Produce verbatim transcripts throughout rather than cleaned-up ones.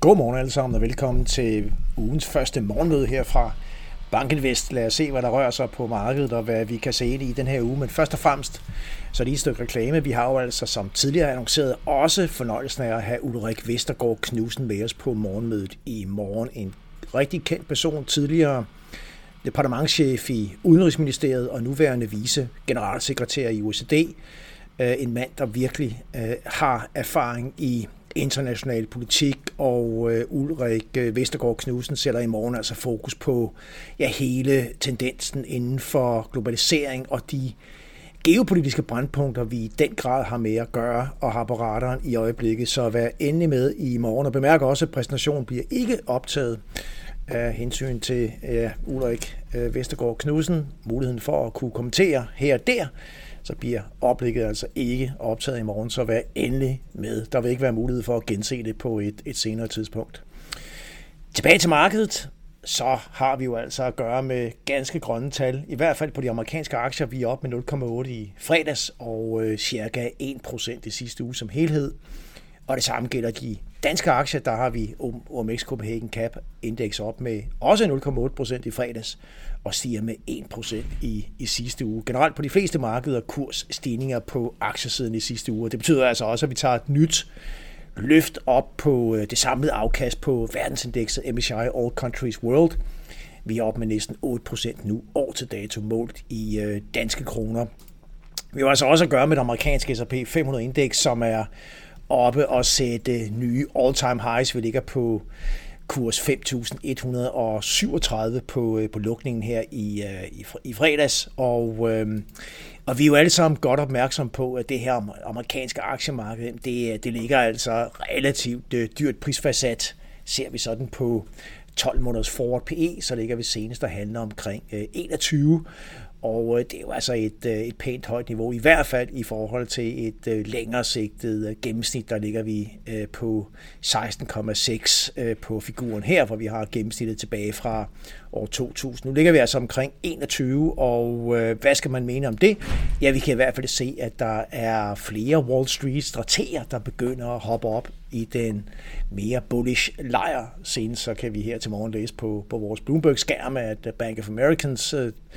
Godmorgen alle sammen og velkommen til ugens første morgenmøde her fra Bankinvest. Lad os se, hvad der rører sig på markedet og hvad vi kan se ind i den her uge. Men først og fremmest så lige et stykke reklame. Vi har jo altså som tidligere annonceret også fornøjelsen af at have Ulrik Vestergaard Knudsen med os på morgenmødet i morgen. En rigtig kendt person, tidligere departementschef i Udenrigsministeriet og nuværende vice generalsekretær i O E C D. En mand, der virkelig har erfaring i international politik, og Ulrik Vestergaard Knudsen sætter i morgen altså fokus på ja, hele tendensen inden for globalisering og de geopolitiske brandpunkter, vi i den grad har med at gøre og har på radaren i øjeblikket. Så vær endelig med i morgen, og bemærk også, at præsentationen bliver ikke optaget af hensyn til ja, Ulrik Vestergaard Knudsen. Muligheden for at kunne kommentere her og der, så bliver oplægget altså ikke optaget i morgen, så vær endelig med. Der vil ikke være mulighed for at gense det på et, et senere tidspunkt. Tilbage til markedet, så har vi jo altså at gøre med ganske grønne tal, i hvert fald på de amerikanske aktier. Vi er op med nul komma otte i fredags og øh, cirka en procent i sidste uge som helhed. Og det samme gælder de danske aktier. Der har vi O M X Copenhagen Cap Index op med også nul komma otte procent i fredags og stiger med en procent i, i sidste uge. Generelt på de fleste markeder kursstigninger på aktiesiden i sidste uge. Det betyder altså også, at vi tager et nyt løft op på det samlede afkast på verdensindekset M S C I All Countries World. Vi er op med næsten otte procent nu, år til dato målt i øh, danske kroner. Vi har altså også at gøre med det amerikanske S og P fem hundrede indeks, som er oppe og sætte nye all-time highs. Vi ligger på kurs fem tusind et hundrede syvogtredive på, på lukningen her i, i, i fredags. Og, øhm, og vi er jo alle sammen godt opmærksom på, at det her amerikanske aktiemarked, det, det ligger altså relativt dyrt prisfastsat. Ser vi sådan på tolv måneders forward P E, så ligger vi senest der handler omkring enogtyve. Og det er jo altså et, et pænt højt niveau, i hvert fald i forhold til et længere sigtet gennemsnit. Der ligger vi på seksten komma seks på figuren her, hvor vi har gennemsnittet tilbage fra år to tusind. Nu ligger vi altså omkring enogtyve, og hvad skal man mene om det? Ja, vi kan i hvert fald se, at der er flere Wall Street-strateger, der begynder at hoppe op i den mere bullish lejr. Senest så kan vi her til morgen læse på, på vores Bloomberg-skærm, at Bank of Americans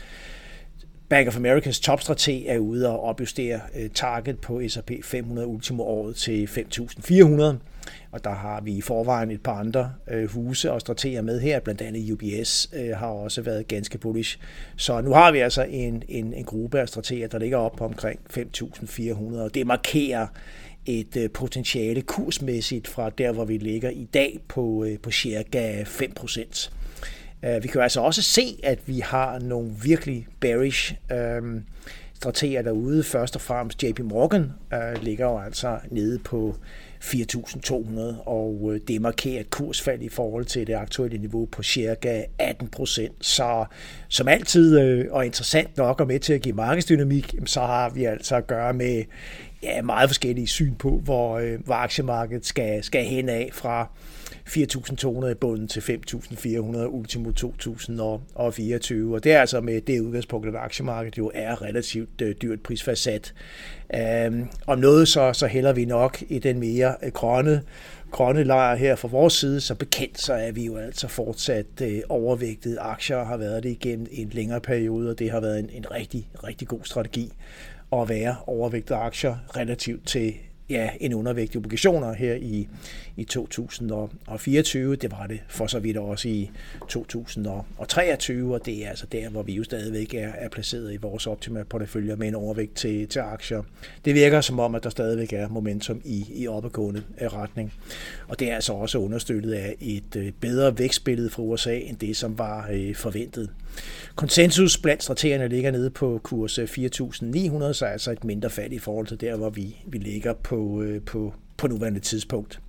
Bank of Americas topstrateg er ude og opjustere target på S og P fem hundrede ultimo året til fem tusind fire hundrede. Og der har vi i forvejen et par andre huse og strateger med her, blandt andet U B S har også været ganske bullish. Så nu har vi altså en, en, en gruppe af strateger, der ligger op på omkring fem tusind fire hundrede, og det markerer et potentiale kursmæssigt fra der, hvor vi ligger i dag på, på cirka fem procent. Vi kan jo altså også se, at vi har nogle virkelig bearish øhm, strateger derude. Først og fremmest J P Morgan øh, ligger jo altså nede på fire tusind to hundrede, og øh, det markerer et kursfald i forhold til det aktuelle niveau på cirka atten procent. Så som altid, øh, og interessant nok og med til at give markedsdynamik, så har vi altså at gøre med ja, meget forskellige syn på, hvor, øh, hvor aktiemarkedet skal, skal hen af fra fire tusind to hundrede i bunden til fem tusind fire hundrede ultimo to tusind fireogtyve. Og det er altså med det udgangspunkt, at aktiemarkedet jo er relativt øh, dyrt prisfastsat. Um, om noget så, så hælder vi nok i den mere øh, grønne, grønne lejr her fra vores side. Så bekendt så er vi jo altså fortsat øh, overvægtet. Aktier har været det igennem en længere periode, og det har været en, en rigtig, rigtig god strategi at være overvægtet aktier relativt til ja, en undervægt obligationer her i, i to tusind fireogtyve. Det var det for så vidt også i to tusind treogtyve, og det er altså der, hvor vi jo stadigvæk er, er placeret i vores optimale portefølje med en overvægt til, til aktier. Det virker som om, at der stadigvæk er momentum i, i opadgående retning, og det er altså også understøttet af et bedre vækstbillede fra U S A, end det, som var øh, forventet. Konsensus blandt strategerne ligger nede på kurs fire tusind ni hundrede, så altså et mindre fald i forhold til der, hvor vi, vi ligger på, øh, på, på nuværende tidspunkt.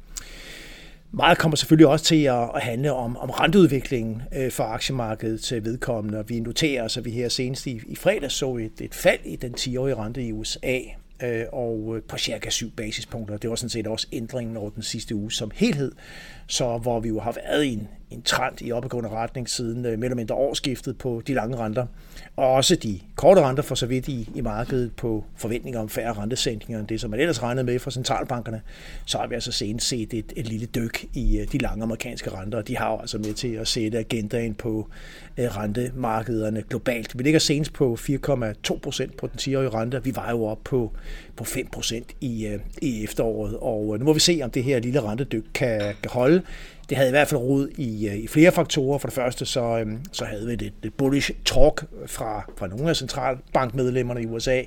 Meget kommer selvfølgelig også til at handle om, om renteudviklingen øh, for aktiemarkedet til vedkommende, og vi noterer os, at vi her senest i, i fredag så et, et fald i den ti-årige rente i U S A, øh, og på cirka syv basispunkter. Det var sådan set også ændringen over den sidste uge som helhed, så hvor vi jo har været i en, en trend i opadgående retning siden mere eller mindre årsskiftet på de lange renter, og også de korte renter for så vidt i, i markedet på forventninger om færre rentesænkninger end det, som man ellers regnede med fra centralbankerne, så har vi altså senest set et, et lille dyk i de lange amerikanske renter, og de har jo altså med til at sætte agendaen på rentemarkederne globalt. Vi ligger senest på fire komma to procent på den ti-årige rente. Vi var jo oppe på, på fem procent i, i efteråret, og nu må vi se, om det her lille rentedyk kan, kan holde. Det havde i hvert fald rod i, i flere faktorer. For det første så, så havde vi et, et bullish talk fra, fra nogle af centralbankmedlemmerne i U S A,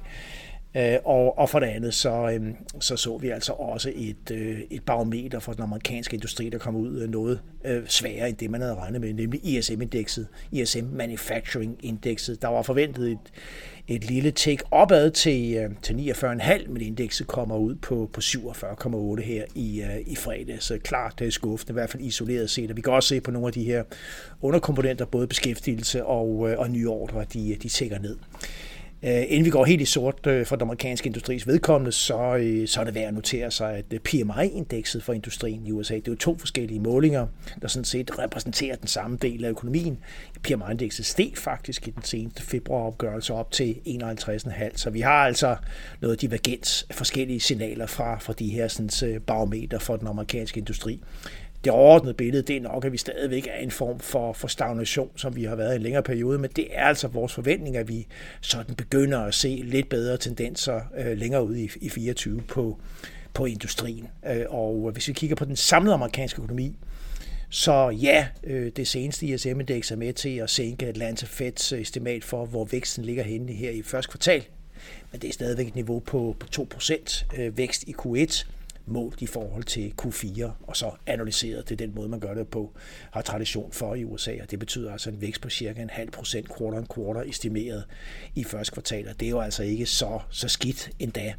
og, og for det andet så, så så vi altså også et, et barometer for den amerikanske industri, der kom ud noget sværere end det, man havde regnet med, nemlig I S M-indekset, I S M Manufacturing-indekset. Der var forventet et, et lille tick opad til, til niogfyrre komma fem, men indekset kommer ud på, på syvogfyrre komma otte her i, i fredag. Så klart, det er skuffende, i hvert fald isoleret set. Og vi kan også se på nogle af de her underkomponenter, både beskæftigelse og, og nye ordre, de, de tækker ned. Inden vi går helt i sort for den amerikanske industris vedkommende, så, så er det værd at notere sig, at P M I-indekset for industrien i U S A, det er jo to forskellige målinger, der sådan set repræsenterer den samme del af økonomien. P M I-indekset steg faktisk i den seneste februaropgørelse op til enoghalvtreds komma fem, så vi har altså noget divergens af forskellige signaler fra, fra de her sådan, barometer for den amerikanske industri. Det overordnede billede, det er nok, at vi stadigvæk er en form for, for stagnation, som vi har været i en længere periode, men det er altså vores forventning, at vi sådan begynder at se lidt bedre tendenser øh, længere ude i, i fireogtyve på, på industrien. Øh, og hvis vi kigger på den samlede amerikanske økonomi, så ja, øh, det seneste I S M-indeks er med til at sænke Atlanta Feds estimat for, hvor væksten ligger henne her i første kvartal, men det er stadigvæk et niveau på, på to procent øh, vækst i Q et, målt i forhold til Q fire, og så analyseret til den måde, man gør det på, har tradition for i U S A, og det betyder altså en vækst på cirka en halv procent quarter on quarter estimeret i første kvartal, og det er jo altså ikke så, så skidt endda.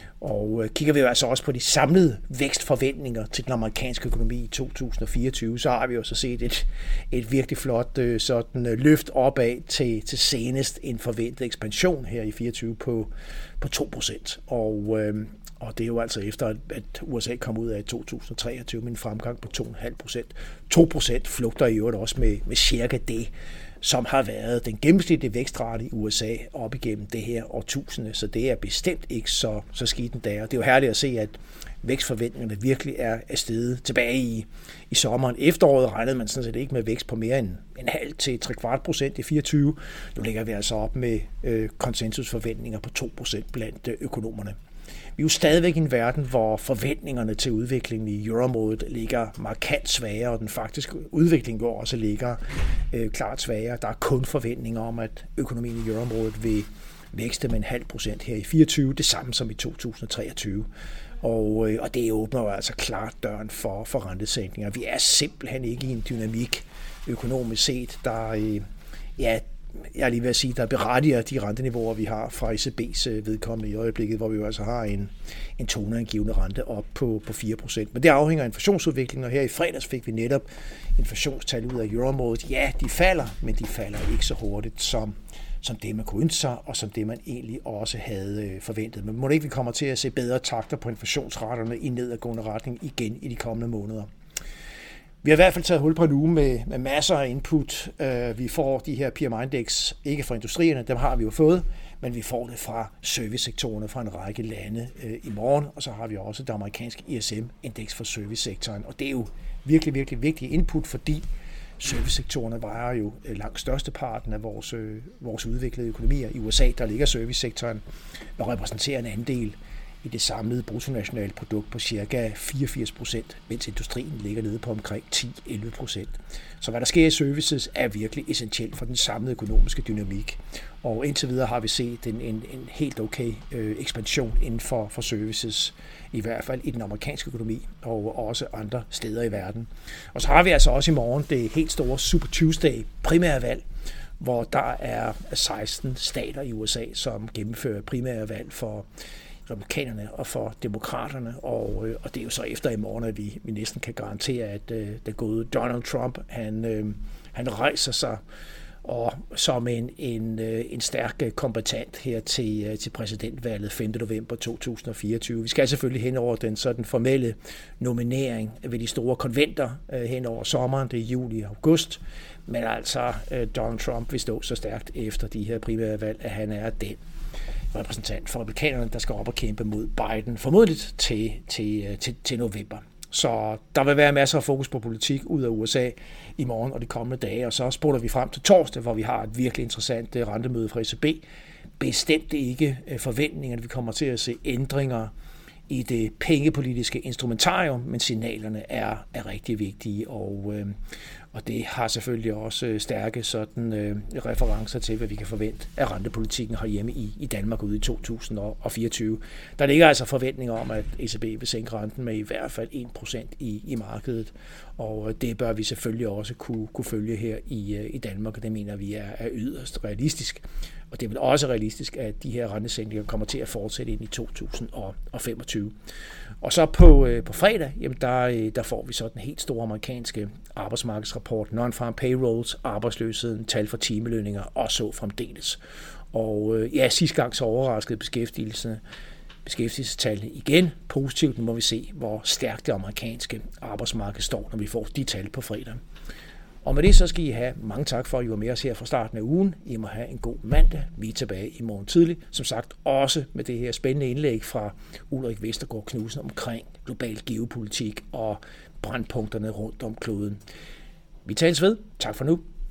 Og kigger vi jo altså også på de samlede vækstforventninger til den amerikanske økonomi i to tusind fireogtyve, så har vi jo så set et, et virkelig flot sådan løft opad til, til senest en forventet ekspansion her i fireogtyve på, på to procent. Og, øh, og det er jo altså efter, at U S A kom ud af to tusind treogtyve med en fremgang på to komma fem procent. to procent flugter i øvrigt også med, med cirka det, som har været den gennemsnitlige vækstrate i U S A op igennem det her årtusinde, så det er bestemt ikke så, så skidt endda. Og det er jo herligt at se, at vækstforventningerne virkelig er afsted tilbage i, i sommeren. Efteråret regnede man sådan set ikke med vækst på mere end en halv til tre kvart procent i fireogtyve. Nu ligger vi altså op med øh, konsensusforventninger på to procent blandt øh, økonomerne. Vi er jo stadigvæk i en verden, hvor forventningerne til udviklingen i euroområdet ligger markant svagere, og den faktiske udvikling går også ligger øh, klart svagere. Der er kun forventninger om, at økonomien i euroområdet vil vækste med en halv procent her i fireogtyve, det samme som i to tusind treogtyve. Og, øh, og det åbner jo altså klart døren for, for rentesænkninger. Vi er simpelthen ikke i en dynamik økonomisk set, der øh, ja, jeg er lige ved at sige, der berettiger de renteniveauer, vi har fra E C B's vedkommende i øjeblikket, hvor vi jo altså har en, en toneangivende rente op på, på fire procent. Men det afhænger af inflationsudviklingen, og her i fredags fik vi netop inflationstal ud af euroområdet. Ja, de falder, men de falder ikke så hurtigt som, som det, man kunne ønske sig, og som det, man egentlig også havde forventet. Men må det ikke, vi kommer til at se bedre takter på inflationsraterne i nedadgående retning igen i de kommende måneder. Vi har i hvert fald taget hul på en uge med, med masser af input. Vi får de her P M I-indeks, ikke fra industrierne, dem har vi jo fået, men vi får det fra servicesektorerne fra en række lande i morgen, og så har vi også det amerikanske I S M-indeks for servicesektoren. Og det er jo virkelig, virkelig vigtig input, fordi servicesektorerne vejer jo langt størsteparten af vores, vores udviklede økonomier. I U S A, der ligger servicesektoren og repræsenterer en andel i det samlede bruttonationale produkt på cirka fireogfirs procent, mens industrien ligger nede på omkring ti til elleve procent. Så hvad der sker i services er virkelig essentielt for den samlede økonomiske dynamik. Og indtil videre har vi set en, en, en helt okay øh, ekspansion inden for, for services, i hvert fald i den amerikanske økonomi og også andre steder i verden. Og så har vi altså også i morgen det helt store Super Tuesday primære valg, hvor der er seksten stater i U S A, som gennemfører primære valg for republikanerne og for demokraterne, og, øh, og det er jo så efter i morgen, at vi, vi næsten kan garantere, at øh, den gode Donald Trump, han, øh, han rejser sig og som en, en, en stærk kombatant her til, til præsidentvalget femte november to tusind og fireogtyve. Vi skal selvfølgelig hen over den sådan formelle nominering ved de store konventer hen over sommeren, det er juli og august, men altså Donald Trump vil stå så stærkt efter de her primære valg, at han er den repræsentant for republikanerne, der skal op og kæmpe mod Biden, formodentligt til, til, til, til november. Så der vil være masser af fokus på politik ud af U S A i morgen og de kommende dage, og så spoler vi frem til torsdag, hvor vi har et virkelig interessant rentemøde fra E C B. Bestemt ikke forventninger, at vi kommer til at se ændringer i det pengepolitiske instrumentarium, men signalerne er, er rigtig vigtige, og, øh, og det har selvfølgelig også stærke sådan, øh, referencer til, hvad vi kan forvente af rentepolitikken herhjemme i, i Danmark ude i to tusind og fireogtyve. Der ligger altså forventninger om, at E C B vil sænke renten med i hvert fald en procent i, i markedet, og det bør vi selvfølgelig også kunne, kunne følge her i, i Danmark, og det mener vi er, er yderst realistisk. Og det er vel også realistisk, at de her rentesænkninger kommer til at fortsætte ind i to tusind og femogtyve. Og så på, øh, på fredag, jamen der, der får vi så den helt store amerikanske arbejdsmarkedsrapport, non-farm payrolls, arbejdsløsheden, tal for timelønninger og så fremdeles. Og øh, ja, sidste gang så overraskede beskæftigelse, beskæftigelsestallet igen positivt. Nu må vi se, hvor stærkt det amerikanske arbejdsmarked står, når vi får de tal på fredag. Og med det så skal I have mange tak for, at I var med os her fra starten af ugen. I må have en god mandag. Vi er tilbage i morgen tidlig. Som sagt også med det her spændende indlæg fra Ulrik Vestergaard Knudsen omkring global geopolitik og brandpunkterne rundt om kloden. Vi tales ved. Tak for nu.